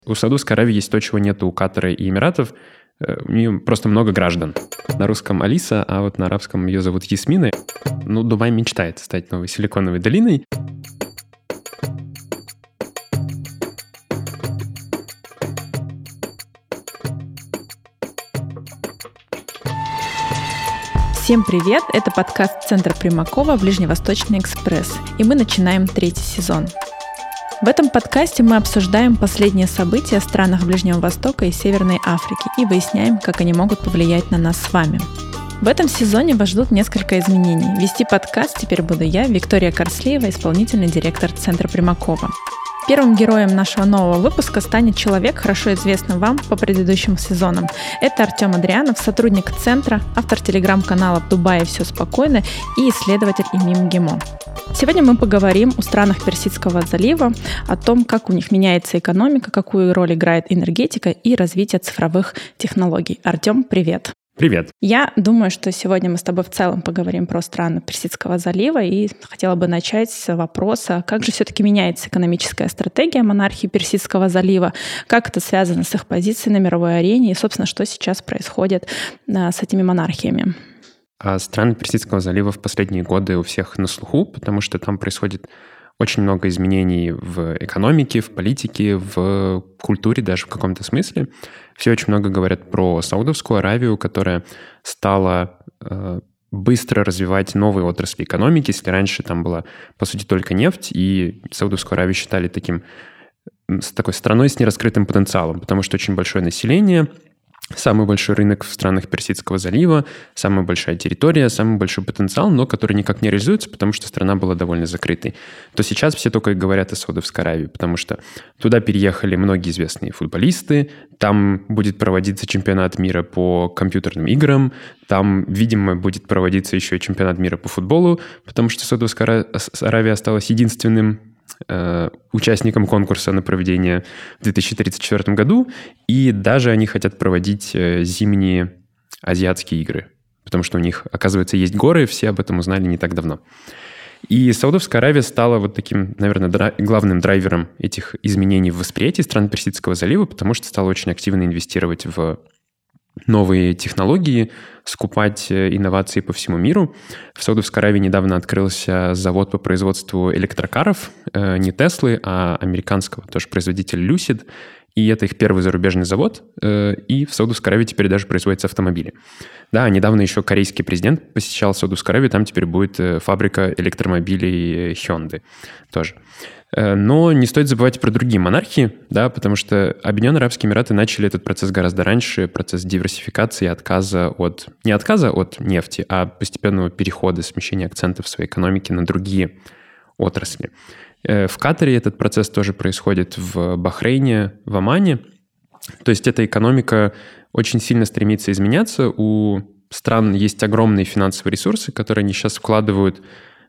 У Саудовской Аравии есть то, чего нет у Катара и Эмиратов. У нее просто много граждан. На русском Алиса, а вот на арабском ее зовут Ясмина. Дубай мечтает стать новой Силиконовой долиной. Всем привет! Это подкаст Центра Примакова «Ближневосточный экспресс», и мы начинаем 3-й сезон. В этом подкасте мы обсуждаем последние события в странах Ближнего Востока и Северной Африки и выясняем, как они могут повлиять на нас с вами. В этом сезоне вас ждут несколько изменений. Вести подкаст теперь буду я, Виктория Корслеева, исполнительный директор Центра Примакова. Первым героем нашего нового выпуска станет человек, хорошо известный вам по предыдущим сезонам. Это Артем Адрианов, сотрудник Центра, автор телеграм-канала «В Дубае все спокойно» и исследователь ИМИ МГИМО. Сегодня мы поговорим о странах Персидского залива, о том, как у них меняется экономика, какую роль играет энергетика и развитие цифровых технологий. Артем, привет! Привет. Я думаю, что сегодня мы с тобой в целом поговорим про страны Персидского залива, и хотела бы начать с вопроса, как же все-таки меняется экономическая стратегия монархии Персидского залива, как это связано с их позицией на мировой арене и, собственно, что сейчас происходит с этими монархиями. Страны Персидского залива в последние годы у всех на слуху, потому что там происходит очень много изменений в экономике, в политике, в культуре даже в каком-то смысле. Все очень много говорят про Саудовскую Аравию, которая стала быстро развивать новые отрасли экономики. Если раньше там была, по сути, только нефть, и Саудовскую Аравию считали такой страной с нераскрытым потенциалом, потому что очень большое население, самый большой рынок в странах Персидского залива, самая большая территория, самый большой потенциал, но который никак не реализуется, потому что страна была довольно закрытой. То сейчас все только и говорят о Саудовской Аравии, потому что туда переехали многие известные футболисты, там будет проводиться чемпионат мира по компьютерным играм, там, видимо, будет проводиться еще и чемпионат мира по футболу, потому что Саудовская Аравия осталась единственным участником конкурса на проведение в 2034 году, и даже они хотят проводить зимние азиатские игры, потому что у них, оказывается, есть горы, все об этом узнали не так давно. И Саудовская Аравия стала вот таким, наверное, главным драйвером этих изменений в восприятии стран Персидского залива, потому что стала очень активно инвестировать в новые технологии, скупать инновации по всему миру. В Саудовской Аравии недавно открылся завод по производству электрокаров, не Теслы, а американского тоже производителя Lucid. И это их первый зарубежный завод. И в Саудовской Аравии теперь даже производятся автомобили. Да, недавно еще корейский президент посещал Саудовскую Аравию, там теперь будет фабрика электромобилей Hyundai тоже. Но не стоит забывать про другие монархии, да, потому что Объединенные Арабские Эмираты начали этот процесс гораздо раньше, процесс диверсификации, не отказа от нефти, а постепенного перехода, смещения акцентов своей экономики на другие отрасли. В Катаре этот процесс тоже происходит, в Бахрейне, в Омане. То есть эта экономика очень сильно стремится изменяться. У стран есть огромные финансовые ресурсы, которые они сейчас вкладывают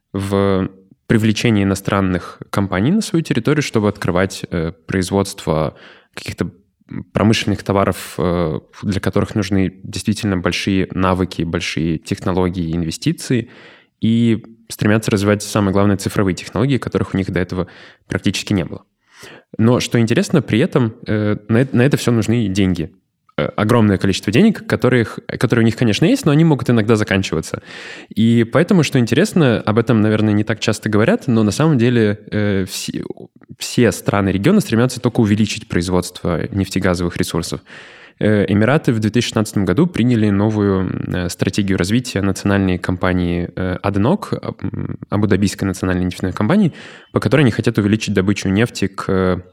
в привлечение иностранных компаний на свою территорию, чтобы открывать производство каких-то промышленных товаров, для которых нужны действительно большие навыки, большие технологии и инвестиции, и стремятся развивать, самое главное, цифровые технологии, которых у них до этого практически не было. Но, что интересно, при этом на это все нужны деньги. Огромное количество денег, которые у них, конечно, есть, но они могут иногда заканчиваться. И поэтому, что интересно, об этом, наверное, не так часто говорят, но на самом деле все страны региона стремятся только увеличить производство нефтегазовых ресурсов. Эмираты в 2016 году приняли новую стратегию развития национальной компании ADNOC, Абу-Дабийской национальной нефтяной компании, по которой они хотят увеличить добычу нефти к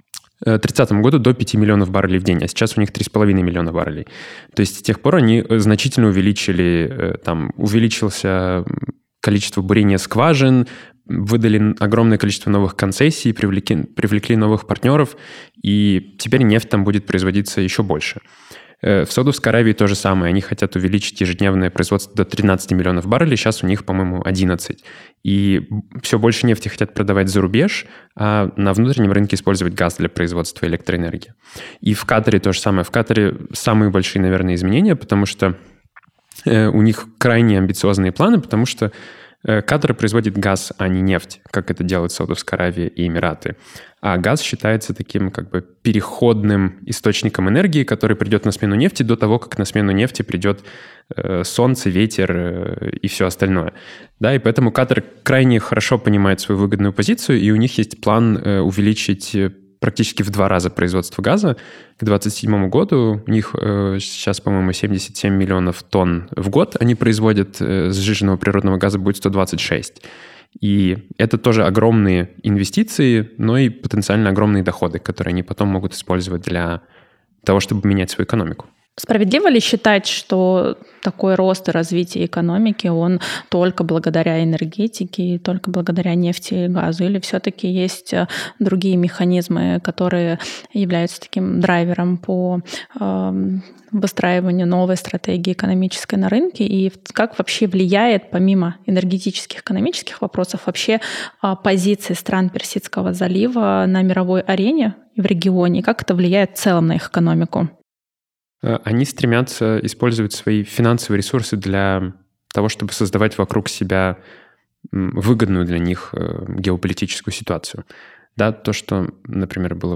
2030 году до 5 миллионов баррелей в день, а сейчас у них 3,5 миллиона баррелей. То есть с тех пор они значительно увеличилось количество бурения скважин, выдали огромное количество новых концессий, привлекли новых партнеров, и теперь нефть там будет производиться еще больше. В Саудовской Аравии то же самое. Они хотят увеличить ежедневное производство до 13 миллионов баррелей. Сейчас у них, по-моему, 11. И все больше нефти хотят продавать за рубеж, а на внутреннем рынке использовать газ для производства электроэнергии. И в Катаре то же самое. В Катаре самые большие, наверное, изменения, потому что у них крайне амбициозные планы, потому что Катар производит газ, а не нефть, как это делают Саудовская Аравия и Эмираты. А газ считается таким как бы переходным источником энергии, который придет на смену нефти до того, как на смену нефти придет солнце, ветер и все остальное. Да, и поэтому Катар крайне хорошо понимает свою выгодную позицию, и у них есть план увеличить практически в 2 раза производство газа. К 2027 году у них сейчас, по-моему, 77 миллионов тонн в год они производят, сжиженного природного газа будет 126. И это тоже огромные инвестиции, но и потенциально огромные доходы, которые они потом могут использовать для того, чтобы менять свою экономику. Справедливо ли считать, что такой рост и развитие экономики, он только благодаря энергетике, только благодаря нефти и газу? Или все-таки есть другие механизмы, которые являются таким драйвером по выстраиванию новой стратегии экономической на рынке? И как вообще влияет, помимо энергетических, экономических вопросов, вообще позиции стран Персидского залива на мировой арене и в регионе? И как это влияет в целом на их экономику? Они стремятся использовать свои финансовые ресурсы для того, чтобы создавать вокруг себя выгодную для них геополитическую ситуацию. Да, то, что, например, было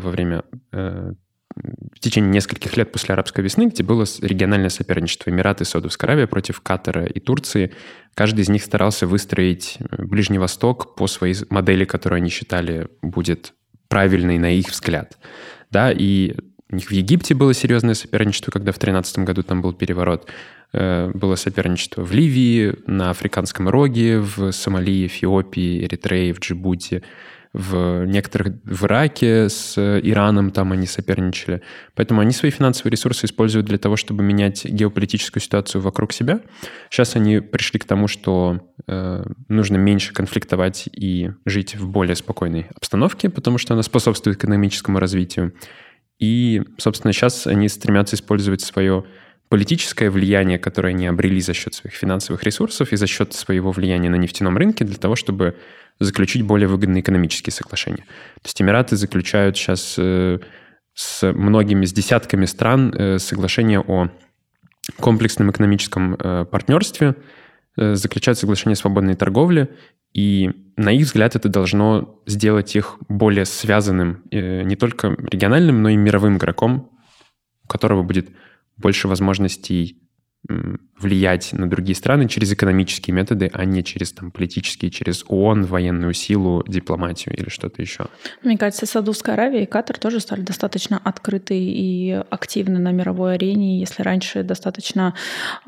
в течение нескольких лет после арабской весны, где было региональное соперничество Эмираты и Саудовская Аравия против Катара и Турции, каждый из них старался выстроить Ближний Восток по своей модели, которую они считали будет правильной на их взгляд. Да, и у них в Египте было серьезное соперничество, когда в 2013 году там был переворот. Было соперничество в Ливии, на Африканском роге, в Сомали, Эфиопии, Эритрее, в Джибути. В Ираке с Ираном там они соперничали. Поэтому они свои финансовые ресурсы используют для того, чтобы менять геополитическую ситуацию вокруг себя. Сейчас они пришли к тому, что нужно меньше конфликтовать и жить в более спокойной обстановке, потому что она способствует экономическому развитию. И, собственно, сейчас они стремятся использовать свое политическое влияние, которое они обрели за счет своих финансовых ресурсов и за счет своего влияния на нефтяном рынке для того, чтобы заключить более выгодные экономические соглашения. То есть Эмираты заключают сейчас с десятками стран соглашения о комплексном экономическом партнерстве, заключают соглашение о свободной торговле, и, на их взгляд, это должно сделать их более связанным не только региональным, но и мировым игроком, у которого будет больше возможностей влиять на другие страны через экономические методы, а не через политические, через ООН, военную силу, дипломатию или что-то еще. Мне кажется, Саудовская Аравия и Катар тоже стали достаточно открыты и активны на мировой арене. Если раньше достаточно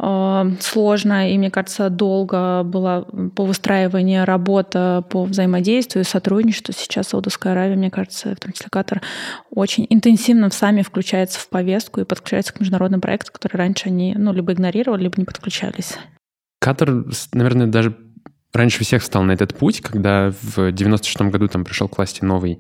сложно и, мне кажется, долго была по выстраиванию работа по взаимодействию, сотрудничеству, сейчас Саудовская Аравия, мне кажется, в том числе Катар, очень интенсивно сами включается в повестку и подключается к международным проектам, которые раньше они либо игнорировали, либо не подключались. Катар, наверное, даже раньше всех встал на этот путь, когда в 96-м году там пришел к власти новый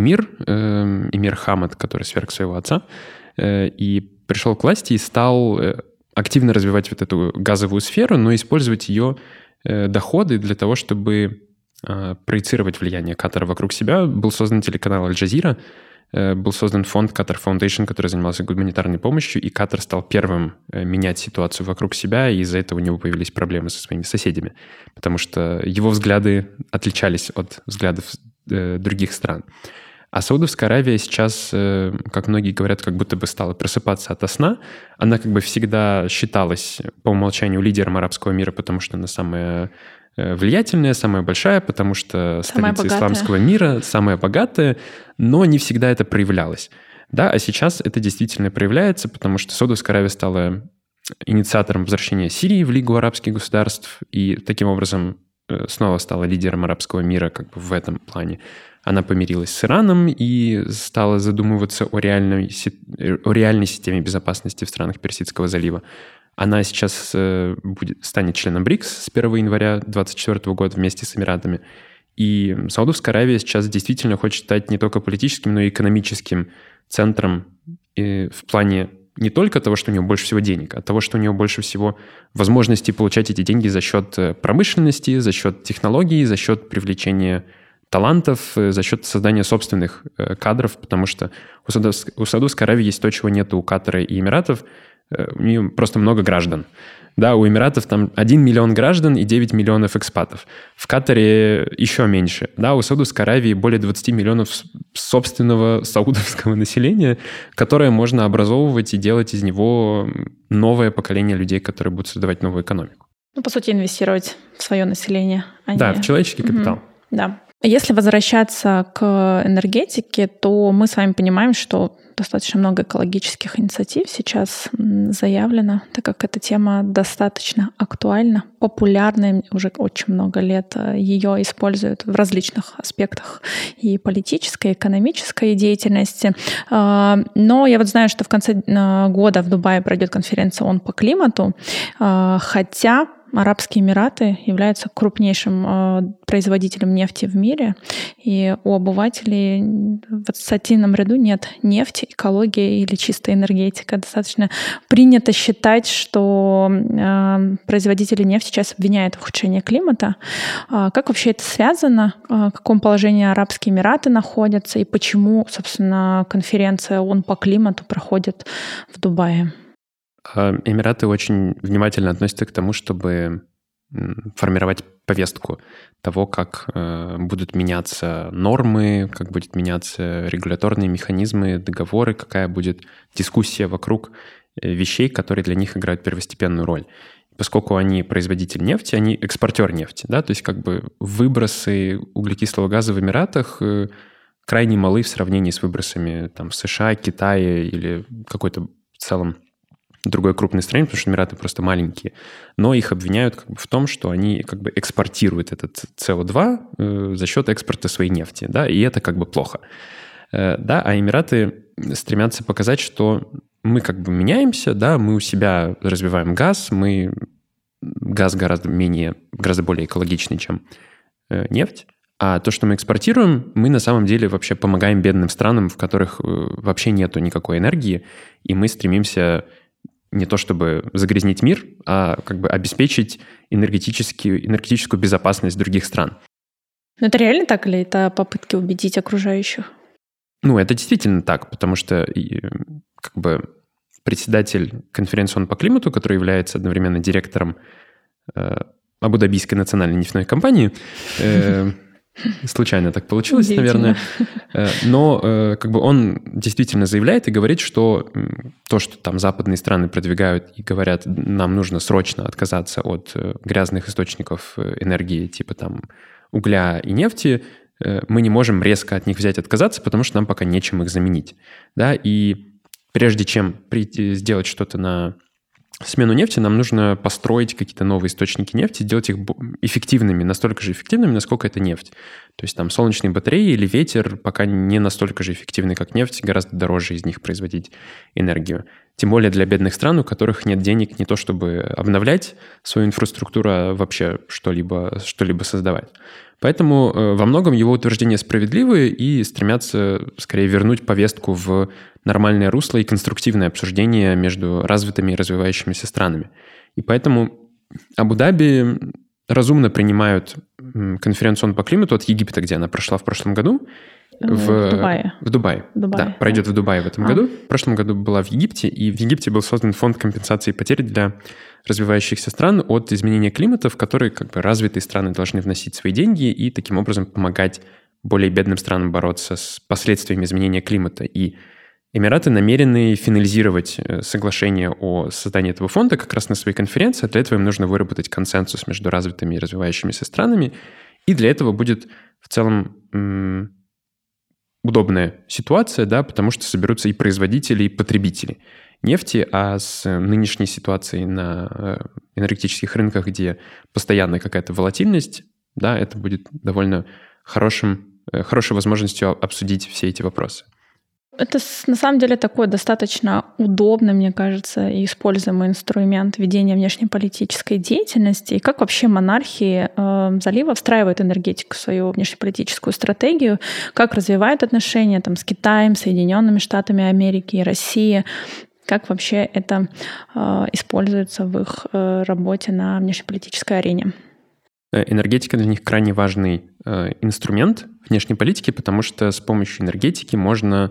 эмир Хамад, который сверг своего отца, и пришел к власти и стал активно развивать вот эту газовую сферу, но использовать ее доходы для того, чтобы проецировать влияние Катара вокруг себя. Был создан телеканал Аль-Джазира, был создан фонд Qatar Foundation, который занимался гуманитарной помощью, и Катар стал первым менять ситуацию вокруг себя, и из-за этого у него появились проблемы со своими соседями, потому что его взгляды отличались от взглядов других стран. А Саудовская Аравия сейчас, как многие говорят, как будто бы стала просыпаться ото сна. Она как бы всегда считалась по умолчанию лидером арабского мира, потому что она самая влиятельная, самая большая, потому что столица исламского мира, самая богатая, но не всегда это проявлялось. Да, а сейчас это действительно проявляется, потому что Саудовская Аравия стала инициатором возвращения Сирии в Лигу арабских государств и таким образом снова стала лидером арабского мира как бы в этом плане. Она помирилась с Ираном и стала задумываться о реальной системе безопасности в странах Персидского залива. Она сейчас станет членом БРИКС с 1 января 2024 года вместе с Эмиратами. И Саудовская Аравия сейчас действительно хочет стать не только политическим, но и экономическим центром в плане не только того, что у нее больше всего денег, а того, что у нее больше всего возможностей получать эти деньги за счет промышленности, за счет технологий, за счет привлечения талантов, за счет создания собственных кадров, потому что у Саудовской Аравии есть то, чего нет у Катара и Эмиратов. у нее просто много граждан. Да, у Эмиратов там 1 миллион граждан и 9 миллионов экспатов. В Катаре еще меньше. Да, у Саудовской Аравии более 20 миллионов собственного саудовского населения, которое можно образовывать и делать из него новое поколение людей, которые будут создавать новую экономику. Ну, по сути, инвестировать в свое население. Да, в человеческий капитал. Да. Если возвращаться к энергетике, то мы с вами понимаем, что достаточно много экологических инициатив сейчас заявлено, так как эта тема достаточно актуальна, популярна, уже очень много лет ее используют в различных аспектах и политической, и экономической деятельности. Но я вот знаю, что в конце года в Дубае пройдет конференция ООН по климату, хотя Арабские Эмираты являются крупнейшим производителем нефти в мире, и у обывателей в ассоциативном ряду нет нефти, экология или чистая энергетика. Достаточно принято считать, что производители нефти сейчас обвиняют в ухудшении климата. Как вообще это связано? В каком положении Арабские Эмираты находятся и почему, собственно, конференция ООН по климату проходит в Дубае? Эмираты очень внимательно относятся к тому, чтобы формировать повестку того, как будут меняться нормы, как будут меняться регуляторные механизмы, договоры, какая будет дискуссия вокруг вещей, которые для них играют первостепенную роль. Поскольку они производитель нефти, они экспортер нефти, да, то есть как бы выбросы углекислого газа в Эмиратах крайне малы в сравнении с выбросами там, в США, Китае или какой-то в целом другой крупной стране, потому что Эмираты просто маленькие, но их обвиняют как бы в том, что они как бы экспортируют этот СО2 за счет экспорта своей нефти, да, и это как бы плохо. Да, а Эмираты стремятся показать, что мы как бы меняемся, да, мы у себя развиваем газ, газ гораздо более экологичный, чем нефть, а то, что мы экспортируем, мы на самом деле вообще помогаем бедным странам, в которых вообще нету никакой энергии, и мы стремимся не то чтобы загрязнить мир, а как бы обеспечить энергетическую безопасность других стран. Но это реально так или это попытки убедить окружающих? Ну, это действительно так, потому что как бы председатель конференции ООН по климату, который является одновременно директором Абу-Дабийской национальной нефтяной компании, случайно так получилось, наверное. Но как бы он действительно заявляет и говорит, что то, что там западные страны продвигают и говорят, нам нужно срочно отказаться от грязных источников энергии, типа там угля и нефти, мы не можем резко от них взять отказаться, потому что нам пока нечем их заменить. Да? И прежде чем сделать что-то на смену нефти, нам нужно построить какие-то новые источники нефти, сделать их эффективными, настолько же эффективными, насколько это нефть. То есть там солнечные батареи или ветер пока не настолько же эффективны, как нефть, гораздо дороже из них производить энергию. Тем более для бедных стран, у которых нет денег не то чтобы обновлять свою инфраструктуру, а вообще что-либо создавать. Поэтому во многом его утверждения справедливые и стремятся скорее вернуть повестку в нормальное русло и конструктивное обсуждение между развитыми и развивающимися странами. И поэтому Абу-Даби разумно принимают конференцию ООН по климату от Египта, где она прошла в прошлом году. В Дубае. В Дубае. Да, пройдет в Дубае в этом году. В прошлом году была в Египте, и в Египте был создан фонд компенсации потерь для развивающихся стран от изменения климата, в который как бы развитые страны должны вносить свои деньги и таким образом помогать более бедным странам бороться с последствиями изменения климата. И Эмираты намерены финализировать соглашение о создании этого фонда как раз на своей конференции. Для этого им нужно выработать консенсус между развитыми и развивающимися странами. И для этого будет в целом удобная ситуация, да, потому что соберутся и производители, и потребители нефти, а с нынешней ситуацией на энергетических рынках, где постоянно какая-то волатильность, да, это будет довольно хорошей возможностью обсудить все эти вопросы. Это на самом деле такой достаточно удобный, мне кажется, и используемый инструмент ведения внешнеполитической деятельности. И как вообще монархии залива встраивают энергетику в свою внешнеполитическую стратегию, как развивают отношения там, с Китаем, Соединенными Штатами Америки и Россией, как вообще это используется в их работе на внешнеполитической арене. Энергетика для них крайне важный инструмент внешней политики, потому что с помощью энергетики можно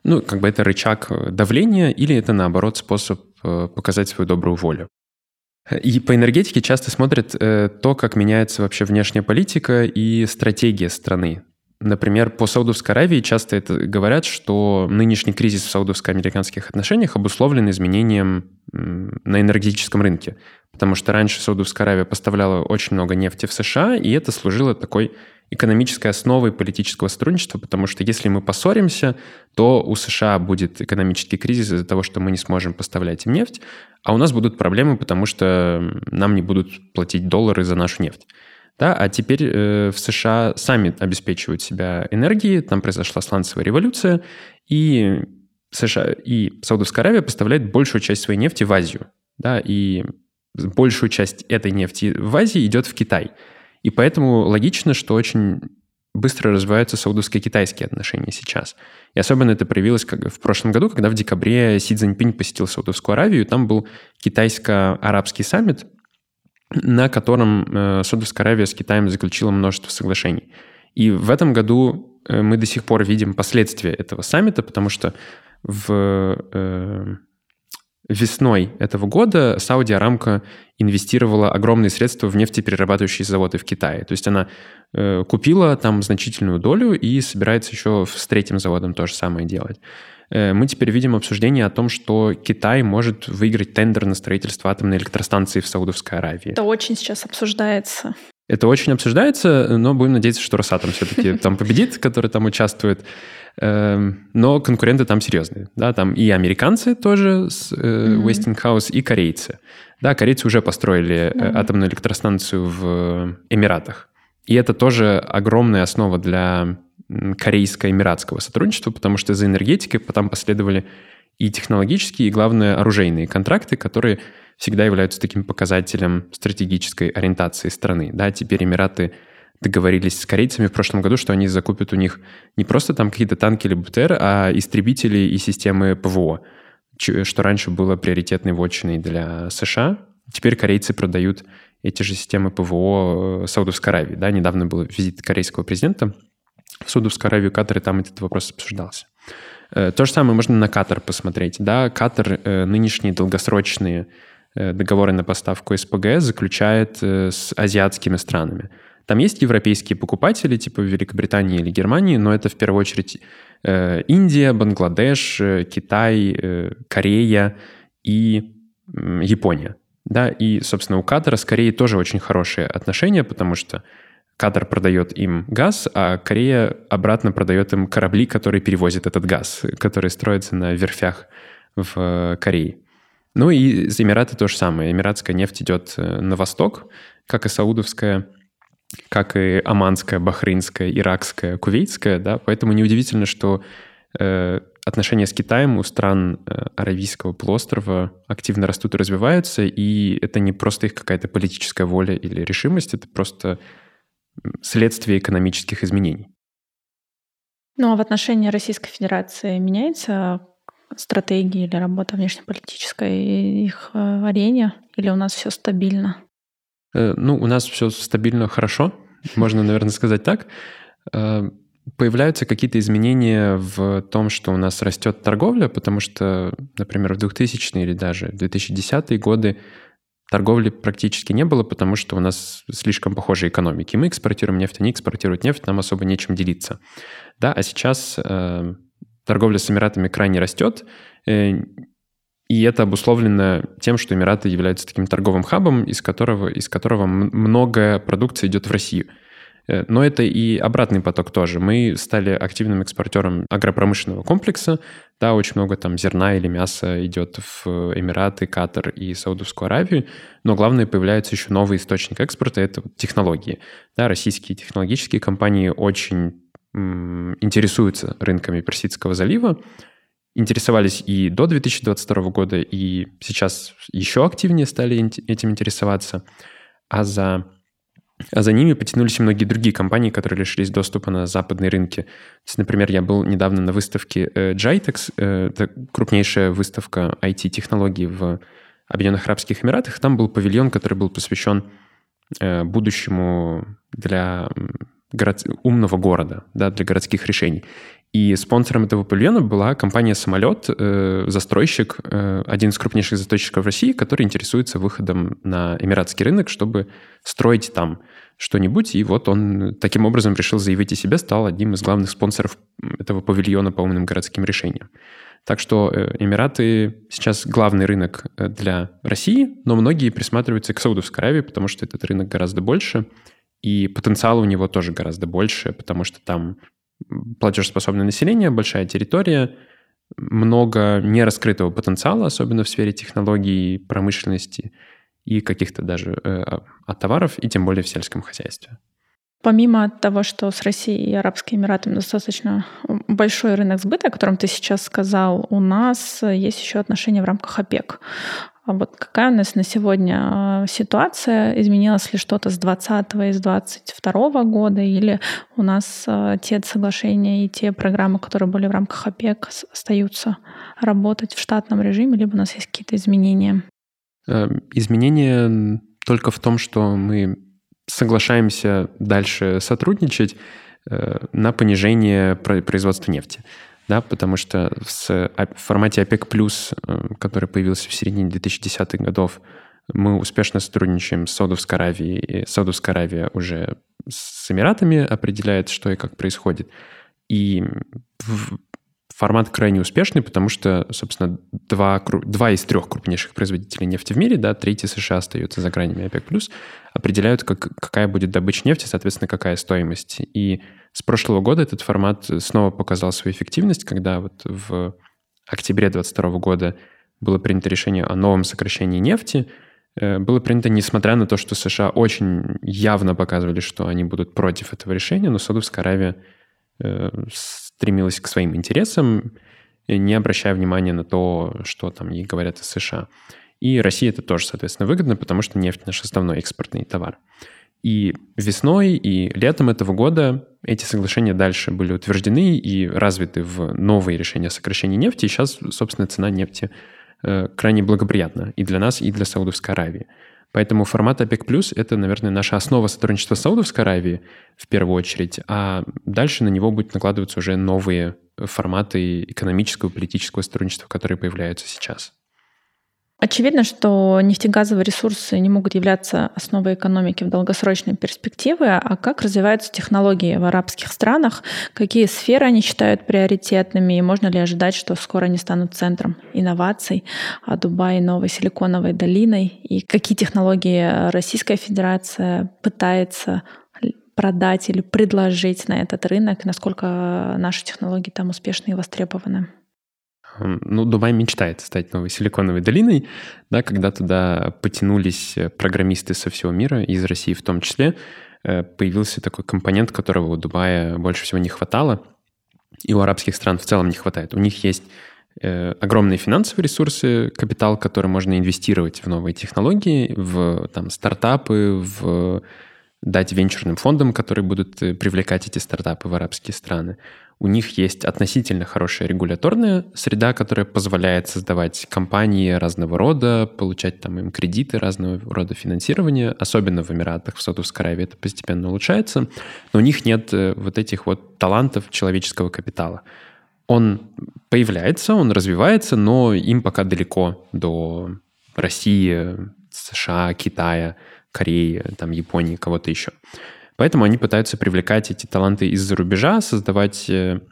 Ну, как бы это рычаг давления или это, наоборот, способ показать свою добрую волю. И по энергетике часто смотрят то, как меняется вообще внешняя политика и стратегия страны. Например, по Саудовской Аравии часто это говорят, что нынешний кризис в саудовско-американских отношениях обусловлен изменением на энергетическом рынке. Потому что раньше Саудовская Аравия поставляла очень много нефти в США, и это служило такой экономической основой политического сотрудничества, потому что если мы поссоримся, то у США будет экономический кризис из-за того, что мы не сможем поставлять им нефть, а у нас будут проблемы, потому что нам не будут платить доллары за нашу нефть. Да, а теперь в США сами обеспечивают себя энергией, там произошла сланцевая революция, и США и Саудовская Аравия поставляет большую часть своей нефти в Азию. Да, и большую часть этой нефти в Азии идет в Китай. И поэтому логично, что очень быстро развиваются саудовско-китайские отношения сейчас. И особенно это проявилось в прошлом году, когда в декабре Си Цзиньпинь посетил Саудовскую Аравию. Там был китайско-арабский саммит, на котором Саудовская Аравия с Китаем заключила множество соглашений. И в этом году мы до сих пор видим последствия этого саммита, потому что весной этого года Сауди Арамко инвестировала огромные средства в нефтеперерабатывающие заводы в Китае. То есть она купила там значительную долю и собирается еще с третьим заводом то же самое делать. Мы теперь видим обсуждение о том, что Китай может выиграть тендер на строительство атомной электростанции в Саудовской Аравии. Это очень сейчас обсуждается. Это очень обсуждается, но будем надеяться, что Росатом все-таки там победит, который там участвует. Но конкуренты там серьезные. Да? Там и американцы тоже с Westinghouse, и корейцы. Да, корейцы уже построили атомную электростанцию в Эмиратах. И это тоже огромная основа для корейско-эмиратского сотрудничества, потому что за энергетикой потом последовали и технологические, и, главное, оружейные контракты, которые всегда являются таким показателем стратегической ориентации страны. Да, теперь Эмираты договорились с корейцами в прошлом году, что они закупят у них не просто там какие-то танки или БТР, а истребители и системы ПВО, что раньше было приоритетной вотчиной для США. Теперь корейцы продают эти же системы ПВО Саудовской Аравии. Да, недавно был визит корейского президента в Саудовскую Аравию, Катар, и там этот вопрос обсуждался. То же самое можно на Катар посмотреть. Да, Катар нынешние долгосрочные договоры на поставку СПГ заключает с азиатскими странами. Там есть европейские покупатели, типа Великобритании или Германии, но это в первую очередь Индия, Бангладеш, Китай, Корея и Япония. Да, и, собственно, у Катара с Кореей тоже очень хорошие отношения, потому что Катар продает им газ, а Корея обратно продает им корабли, которые перевозят этот газ, которые строятся на верфях в Корее. Ну и из Эмирата то же самое. Эмиратская нефть идет на восток, как и саудовская, как и оманская, бахрейнская, иракская, кувейтская. Да? Поэтому неудивительно, что отношения с Китаем у стран Аравийского полуострова активно растут и развиваются, и это не просто их какая-то политическая воля или решимость, это просто следствие экономических изменений. Ну а в отношении Российской Федерации меняется стратегия или работа внешнеполитической их арене, или у нас все стабильно? Ну, у нас все стабильно хорошо, можно, наверное, сказать так. Появляются какие-то изменения в том, что у нас растет торговля, потому что, например, в 2000-е или даже 2010-е годы торговли практически не было, потому что у нас слишком похожие экономики. Мы экспортируем нефть, они экспортируют нефть, нам особо нечем делиться. Да, а сейчас торговля с Эмиратами крайне растет, и это обусловлено тем, что Эмираты являются таким торговым хабом, из которого много продукции идет в Россию. Но это и обратный поток тоже. Мы стали активным экспортером агропромышленного комплекса. Да, очень много там зерна или мяса идет в Эмираты, Катар и Саудовскую Аравию. Но главное, появляется еще новый источник экспорта – это технологии. Да, российские технологические компании очень интересуются рынками Персидского залива. Интересовались и до 2022 года, и сейчас еще активнее стали этим интересоваться. А за ними потянулись и многие другие компании, которые лишились доступа на западные рынки. То есть, например, я был недавно на выставке GITEX, это крупнейшая выставка IT-технологий в Объединенных Арабских Эмиратах. Там был павильон, который был посвящен будущему для умного города, да, для городских решений. И спонсором этого павильона была компания «Самолет», застройщик, один из крупнейших застройщиков в России, который интересуется выходом на эмиратский рынок, чтобы строить там что-нибудь. И вот он таким образом решил заявить о себе, стал одним из главных спонсоров этого павильона по умным городским решениям. Так что Эмираты сейчас главный рынок для России, но многие присматриваются к Саудовской Аравии, потому что этот рынок гораздо больше, и потенциал у него тоже гораздо больше, потому что там платежеспособное население, большая территория, много нераскрытого потенциала, особенно в сфере технологий, промышленности и каких-то даже от товаров, и тем более в сельском хозяйстве. Помимо того, что с Россией и Арабскими Эмиратами достаточно большой рынок сбыта, о котором ты сейчас сказал, у нас есть еще отношения в рамках ОПЕК. А вот какая у нас на сегодня ситуация? Изменилось ли что-то с 2020 и с 2022 года? Или у нас те соглашения и те программы, которые были в рамках ОПЕК, остаются работать в штатном режиме, либо у нас есть какие-то изменения? Изменения только в том, что мы соглашаемся дальше сотрудничать на понижение производства нефти. Да, потому что в формате ОПЕК+, который появился в середине 2010-х годов, мы успешно сотрудничаем с Саудовской Аравией, и Саудовская Аравия уже с Эмиратами определяет, что и как происходит. И формат крайне успешный, потому что, собственно, два из трех крупнейших производителей нефти в мире, да, третий США остается за гранями ОПЕК+, определяют, какая будет добыча нефти, соответственно, какая стоимость. И с прошлого года этот формат снова показал свою эффективность, когда вот в октябре 2022 года было принято решение о новом сокращении нефти. Было принято, несмотря на то, что США очень явно показывали, что они будут против этого решения, но Саудовская Аравия стремилась к своим интересам, не обращая внимания на то, что там ей говорят из США. И России это тоже, соответственно, выгодно, потому что нефть — наш основной экспортный товар. И весной, и летом этого года эти соглашения дальше были утверждены и развиты в новые решения о сокращении нефти. И сейчас, собственно, цена нефти крайне благоприятна и для нас, и для Саудовской Аравии. Поэтому формат ОПЕК+, это, наверное, наша основа сотрудничества с Саудовской Аравией в первую очередь, а дальше на него будут накладываться уже новые форматы экономического и политического сотрудничества, которые появляются сейчас. Очевидно, что нефтегазовые ресурсы не могут являться основой экономики в долгосрочной перспективе. А как развиваются технологии в арабских странах? Какие сферы они считают приоритетными? И можно ли ожидать, что скоро они станут центром инноваций, а Дубай — новой силиконовой долиной? И какие технологии Российская Федерация пытается продать или предложить на этот рынок? И насколько наши технологии там успешны и востребованы? Ну, Дубай мечтает стать новой силиконовой долиной, да, когда туда потянулись программисты со всего мира, из России в том числе, появился такой компонент, которого у Дубая больше всего не хватало, и у арабских стран в целом не хватает. У них есть огромные финансовые ресурсы, капитал, который можно инвестировать в новые технологии, в там, стартапы, дать венчурным фондам, которые будут привлекать эти стартапы в арабские страны. У них есть относительно хорошая регуляторная среда, которая позволяет создавать компании разного рода, получать там им кредиты, разного рода финансирование. Особенно в Эмиратах, в Саудовской Аравии это постепенно улучшается. Но у них нет вот этих вот талантов человеческого капитала. Он появляется, он развивается, но им пока далеко до России, США, Китая, Кореи, там, Японии, кого-то еще. Поэтому они пытаются привлекать эти таланты из-за рубежа, создавать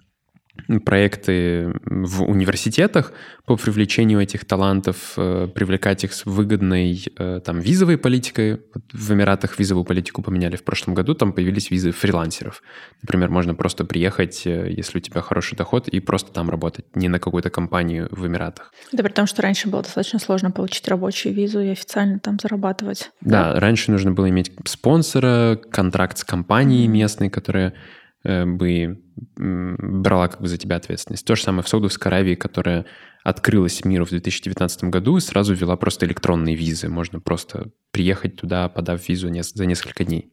проекты в университетах по привлечению этих талантов, привлекать их с выгодной там, визовой политикой. Вот в Эмиратах визовую политику поменяли в прошлом году, там появились визы фрилансеров. Например, можно просто приехать, если у тебя хороший доход, и просто там работать, не на какую-то компанию в Эмиратах. Да, при том, что раньше было достаточно сложно получить рабочую визу и официально там зарабатывать. Да, раньше нужно было иметь спонсора, контракт с компанией местной, которая бы брала как бы за тебя ответственность. То же самое в Саудовской Аравии, которая открылась миру в 2019 году и сразу ввела просто электронные визы. Можно просто приехать туда, подав визу за несколько дней.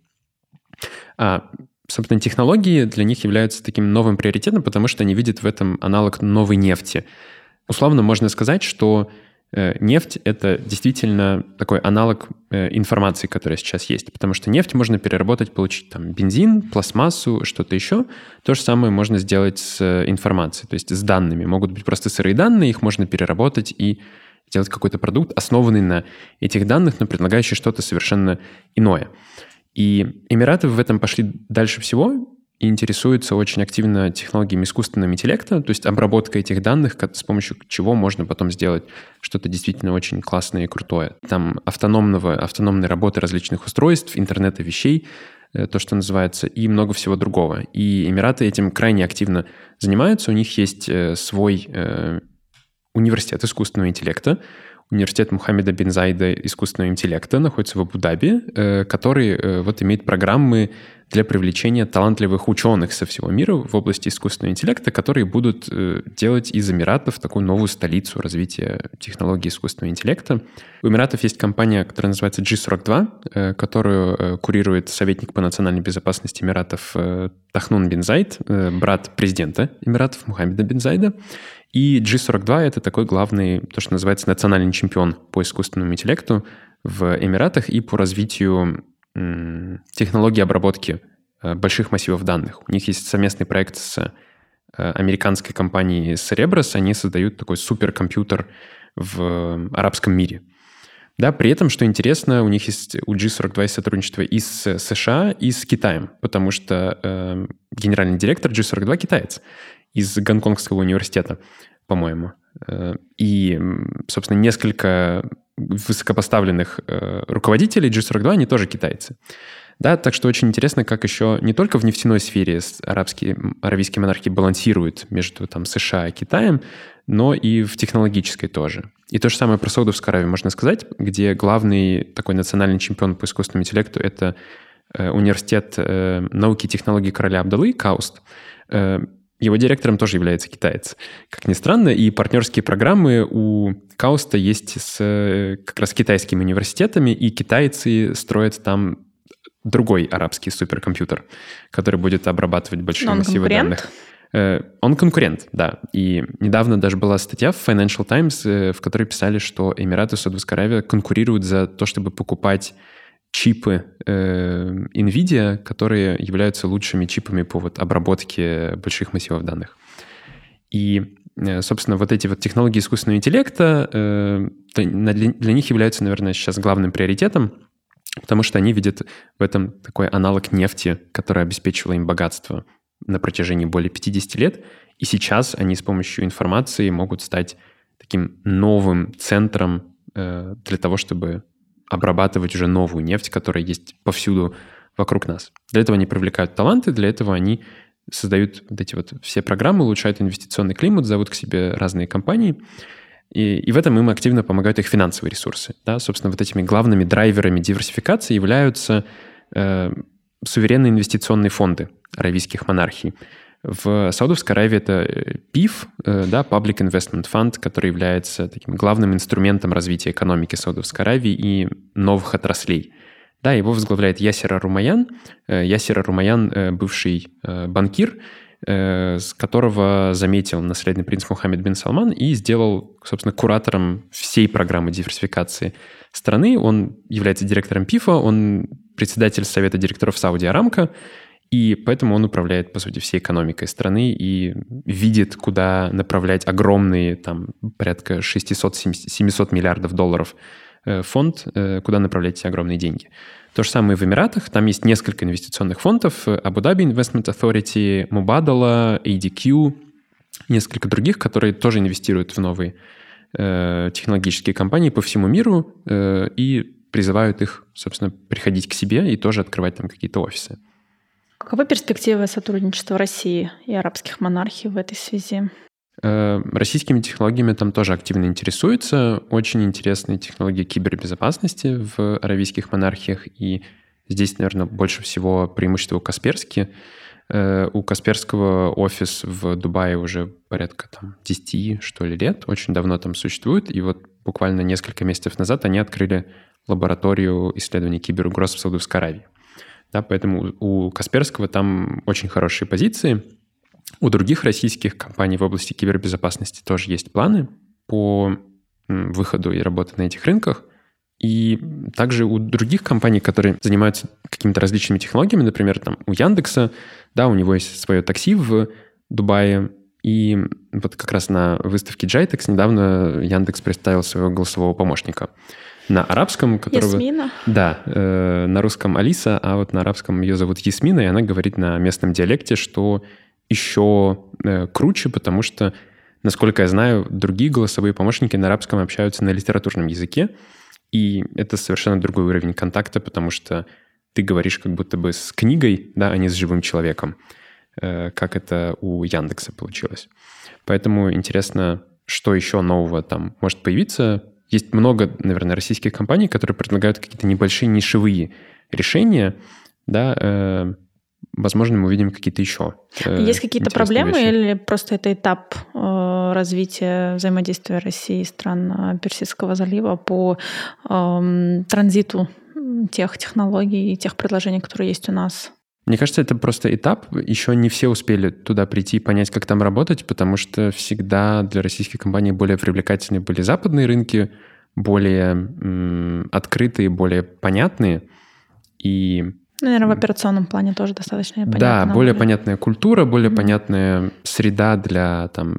Собственно, технологии для них являются таким новым приоритетом, потому что они видят в этом аналог новой нефти. Условно можно сказать, что нефть — это действительно такой аналог информации, которая сейчас есть, потому что нефть можно переработать, получить там бензин, пластмассу, что-то еще. То же самое можно сделать с информацией, то есть с данными. Могут быть просто сырые данные, их можно переработать и сделать какой-то продукт, основанный на этих данных, но предлагающий что-то совершенно иное. И Эмираты в этом пошли дальше всего и интересуются очень активно технологиями искусственного интеллекта, то есть обработка этих данных, с помощью чего можно потом сделать что-то действительно очень классное и крутое. Там автономной работы различных устройств, интернета вещей, то, что называется, и много всего другого. И Эмираты этим крайне активно занимаются. У них есть свой университет искусственного интеллекта, университет Мухаммеда бин Заида искусственного интеллекта находится в Абу-Даби, который вот имеет программы для привлечения талантливых ученых со всего мира в области искусственного интеллекта, которые будут делать из Эмиратов такую новую столицу развития технологий искусственного интеллекта. У Эмиратов есть компания, которая называется G42, которую курирует советник по национальной безопасности Эмиратов Тахнун бин Заид, брат президента Эмиратов Мухаммеда бин Заида. И G42 — это такой главный, то, что называется, национальный чемпион по искусственному интеллекту в Эмиратах и по развитию технологий обработки больших массивов данных. У них есть совместный проект с американской компанией Cerebras. Они создают такой суперкомпьютер в арабском мире. Да, при этом, что интересно, у них есть у G42 есть сотрудничество и с США, и с Китаем, потому что генеральный директор G42 китаец из Гонконгского университета, по-моему. И, собственно, несколько высокопоставленных руководителей G42, они тоже китайцы. Да, так что очень интересно, как еще не только в нефтяной сфере аравийские монархии балансируют между там, США и Китаем, но и в технологической тоже. И то же самое про Саудовскую Аравию можно сказать, где главный такой национальный чемпион по искусственному интеллекту — это университет науки и технологий короля Абдаллы, КАУСТ. Его директором тоже является китаец, как ни странно, и партнерские программы у КАУСТа есть с как раз китайскими университетами, и китайцы строят там другой арабский суперкомпьютер, который будет обрабатывать большие массивы данных. Он конкурент, да. И недавно даже была статья в Financial Times, в которой писали, что Эмираты и Саудовская Аравия конкурируют за то, чтобы покупать чипы NVIDIA, которые являются лучшими чипами по вот обработке больших массивов данных. И, собственно, вот эти вот технологии искусственного интеллекта для них являются, наверное, сейчас главным приоритетом, потому что они видят в этом такой аналог нефти, которая обеспечивала им богатство на протяжении более 50 лет. И сейчас они с помощью информации могут стать таким новым центром для того, чтобы обрабатывать уже новую нефть, которая есть повсюду вокруг нас. Для этого они привлекают таланты, для этого они создают вот эти вот все программы, улучшают инвестиционный климат, зовут к себе разные компании, и в этом им активно помогают их финансовые ресурсы. Да? Собственно, вот этими главными драйверами диверсификации являются суверенные инвестиционные фонды аравийских монархий. В Саудовской Аравии это PIF, да, Public Investment Fund, который является таким главным инструментом развития экономики Саудовской Аравии и новых отраслей. Да, его возглавляет Ясир Ар-Румаян. Ясир Ар-Румаян – бывший банкир, с которого заметил наследный принц Мухаммед бин Салман и сделал, собственно, куратором всей программы диверсификации страны. Он является директором ПИФа, он председатель совета директоров Сауди Арамко, и поэтому он управляет, по сути, всей экономикой страны и видит, куда направлять огромные, там, порядка 600-700 миллиардов долларов фонд, куда направлять эти огромные деньги. То же самое в Эмиратах. Там есть несколько инвестиционных фондов. Abu-Dhabi Investment Authority, Mubadala, ADQ, несколько других, которые тоже инвестируют в новые технологические компании по всему миру и призывают их, собственно, приходить к себе и тоже открывать там какие-то офисы. Каковы перспективы сотрудничества России и арабских монархий в этой связи? Российскими технологиями там тоже активно интересуются. Очень интересные технологии кибербезопасности в аравийских монархиях. И здесь, наверное, больше всего преимущество у Касперски. У Касперского офис в Дубае уже порядка 10, что ли, лет. Очень давно там существует. И вот буквально несколько месяцев назад они открыли лабораторию исследований киберугроз в Саудовской Аравии. Да, поэтому у Касперского там очень хорошие позиции. У других российских компаний в области кибербезопасности тоже есть планы. По выходу и работы на этих рынках. И также у других компаний, которые занимаются какими-то различными технологиями, например, там у Яндекса, да, у него есть свое такси в Дубае, и вот как раз на выставке JITEX недавно Яндекс представил своего голосового помощника. На арабском, которого... Ясмина? Да, на русском Алиса, а вот на арабском ее зовут Ясмина, и она говорит на местном диалекте, что еще круче, потому что, насколько я знаю, другие голосовые помощники на арабском общаются на литературном языке, и это совершенно другой уровень контакта, потому что ты говоришь как будто бы с книгой, да, а не с живым человеком, как это у Яндекса получилось. Поэтому интересно, что еще нового там может появиться. Есть много, наверное, российских компаний, которые предлагают какие-то небольшие нишевые решения, да, возможно, мы увидим какие-то еще. Есть какие-то проблемы вещи. или просто это этап развития взаимодействия России и стран Персидского залива по транзиту тех технологий и тех предложений, которые есть у нас? Мне кажется, это просто этап. Еще не все успели туда прийти и понять, как там работать, потому что всегда для российских компаний более привлекательны были западные рынки, более открытые, более понятные. И наверное, в операционном плане тоже достаточно понятно. Да, более понятная культура, более понятная среда для там,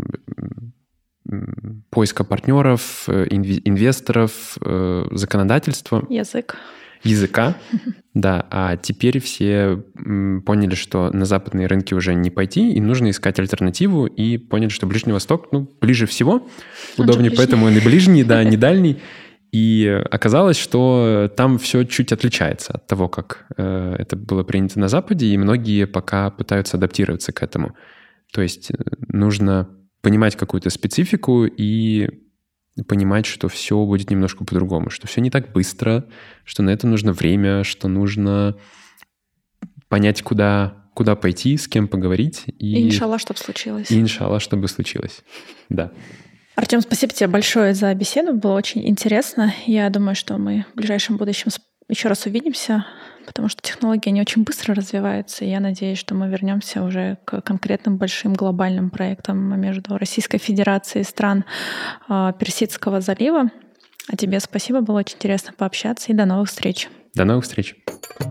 поиска партнеров, инвесторов, законодательства. Языка, да. А теперь все поняли, что на западные рынки уже не пойти, и нужно искать альтернативу, и поняли, что Ближний Восток, ближе всего, удобнее, поэтому он и ближний, да, не дальний. И оказалось, что там все чуть отличается от того, как это было принято на Западе, и многие пока пытаются адаптироваться к этому. То есть нужно понимать какую-то специфику и понимать, что все будет немножко по-другому, что все не так быстро, что на это нужно время, что нужно понять, куда пойти, с кем поговорить. И иншаллах, чтобы случилось. И иншаллах, чтобы случилось, да. Артем, спасибо тебе большое за беседу, было очень интересно. Я думаю, что мы в ближайшем будущем еще раз увидимся, потому что технологии, они очень быстро развиваются, и я надеюсь, что мы вернемся уже к конкретным большим глобальным проектам между Российской Федерацией и стран Персидского залива. А тебе спасибо, было очень интересно пообщаться, и до новых встреч. До новых встреч.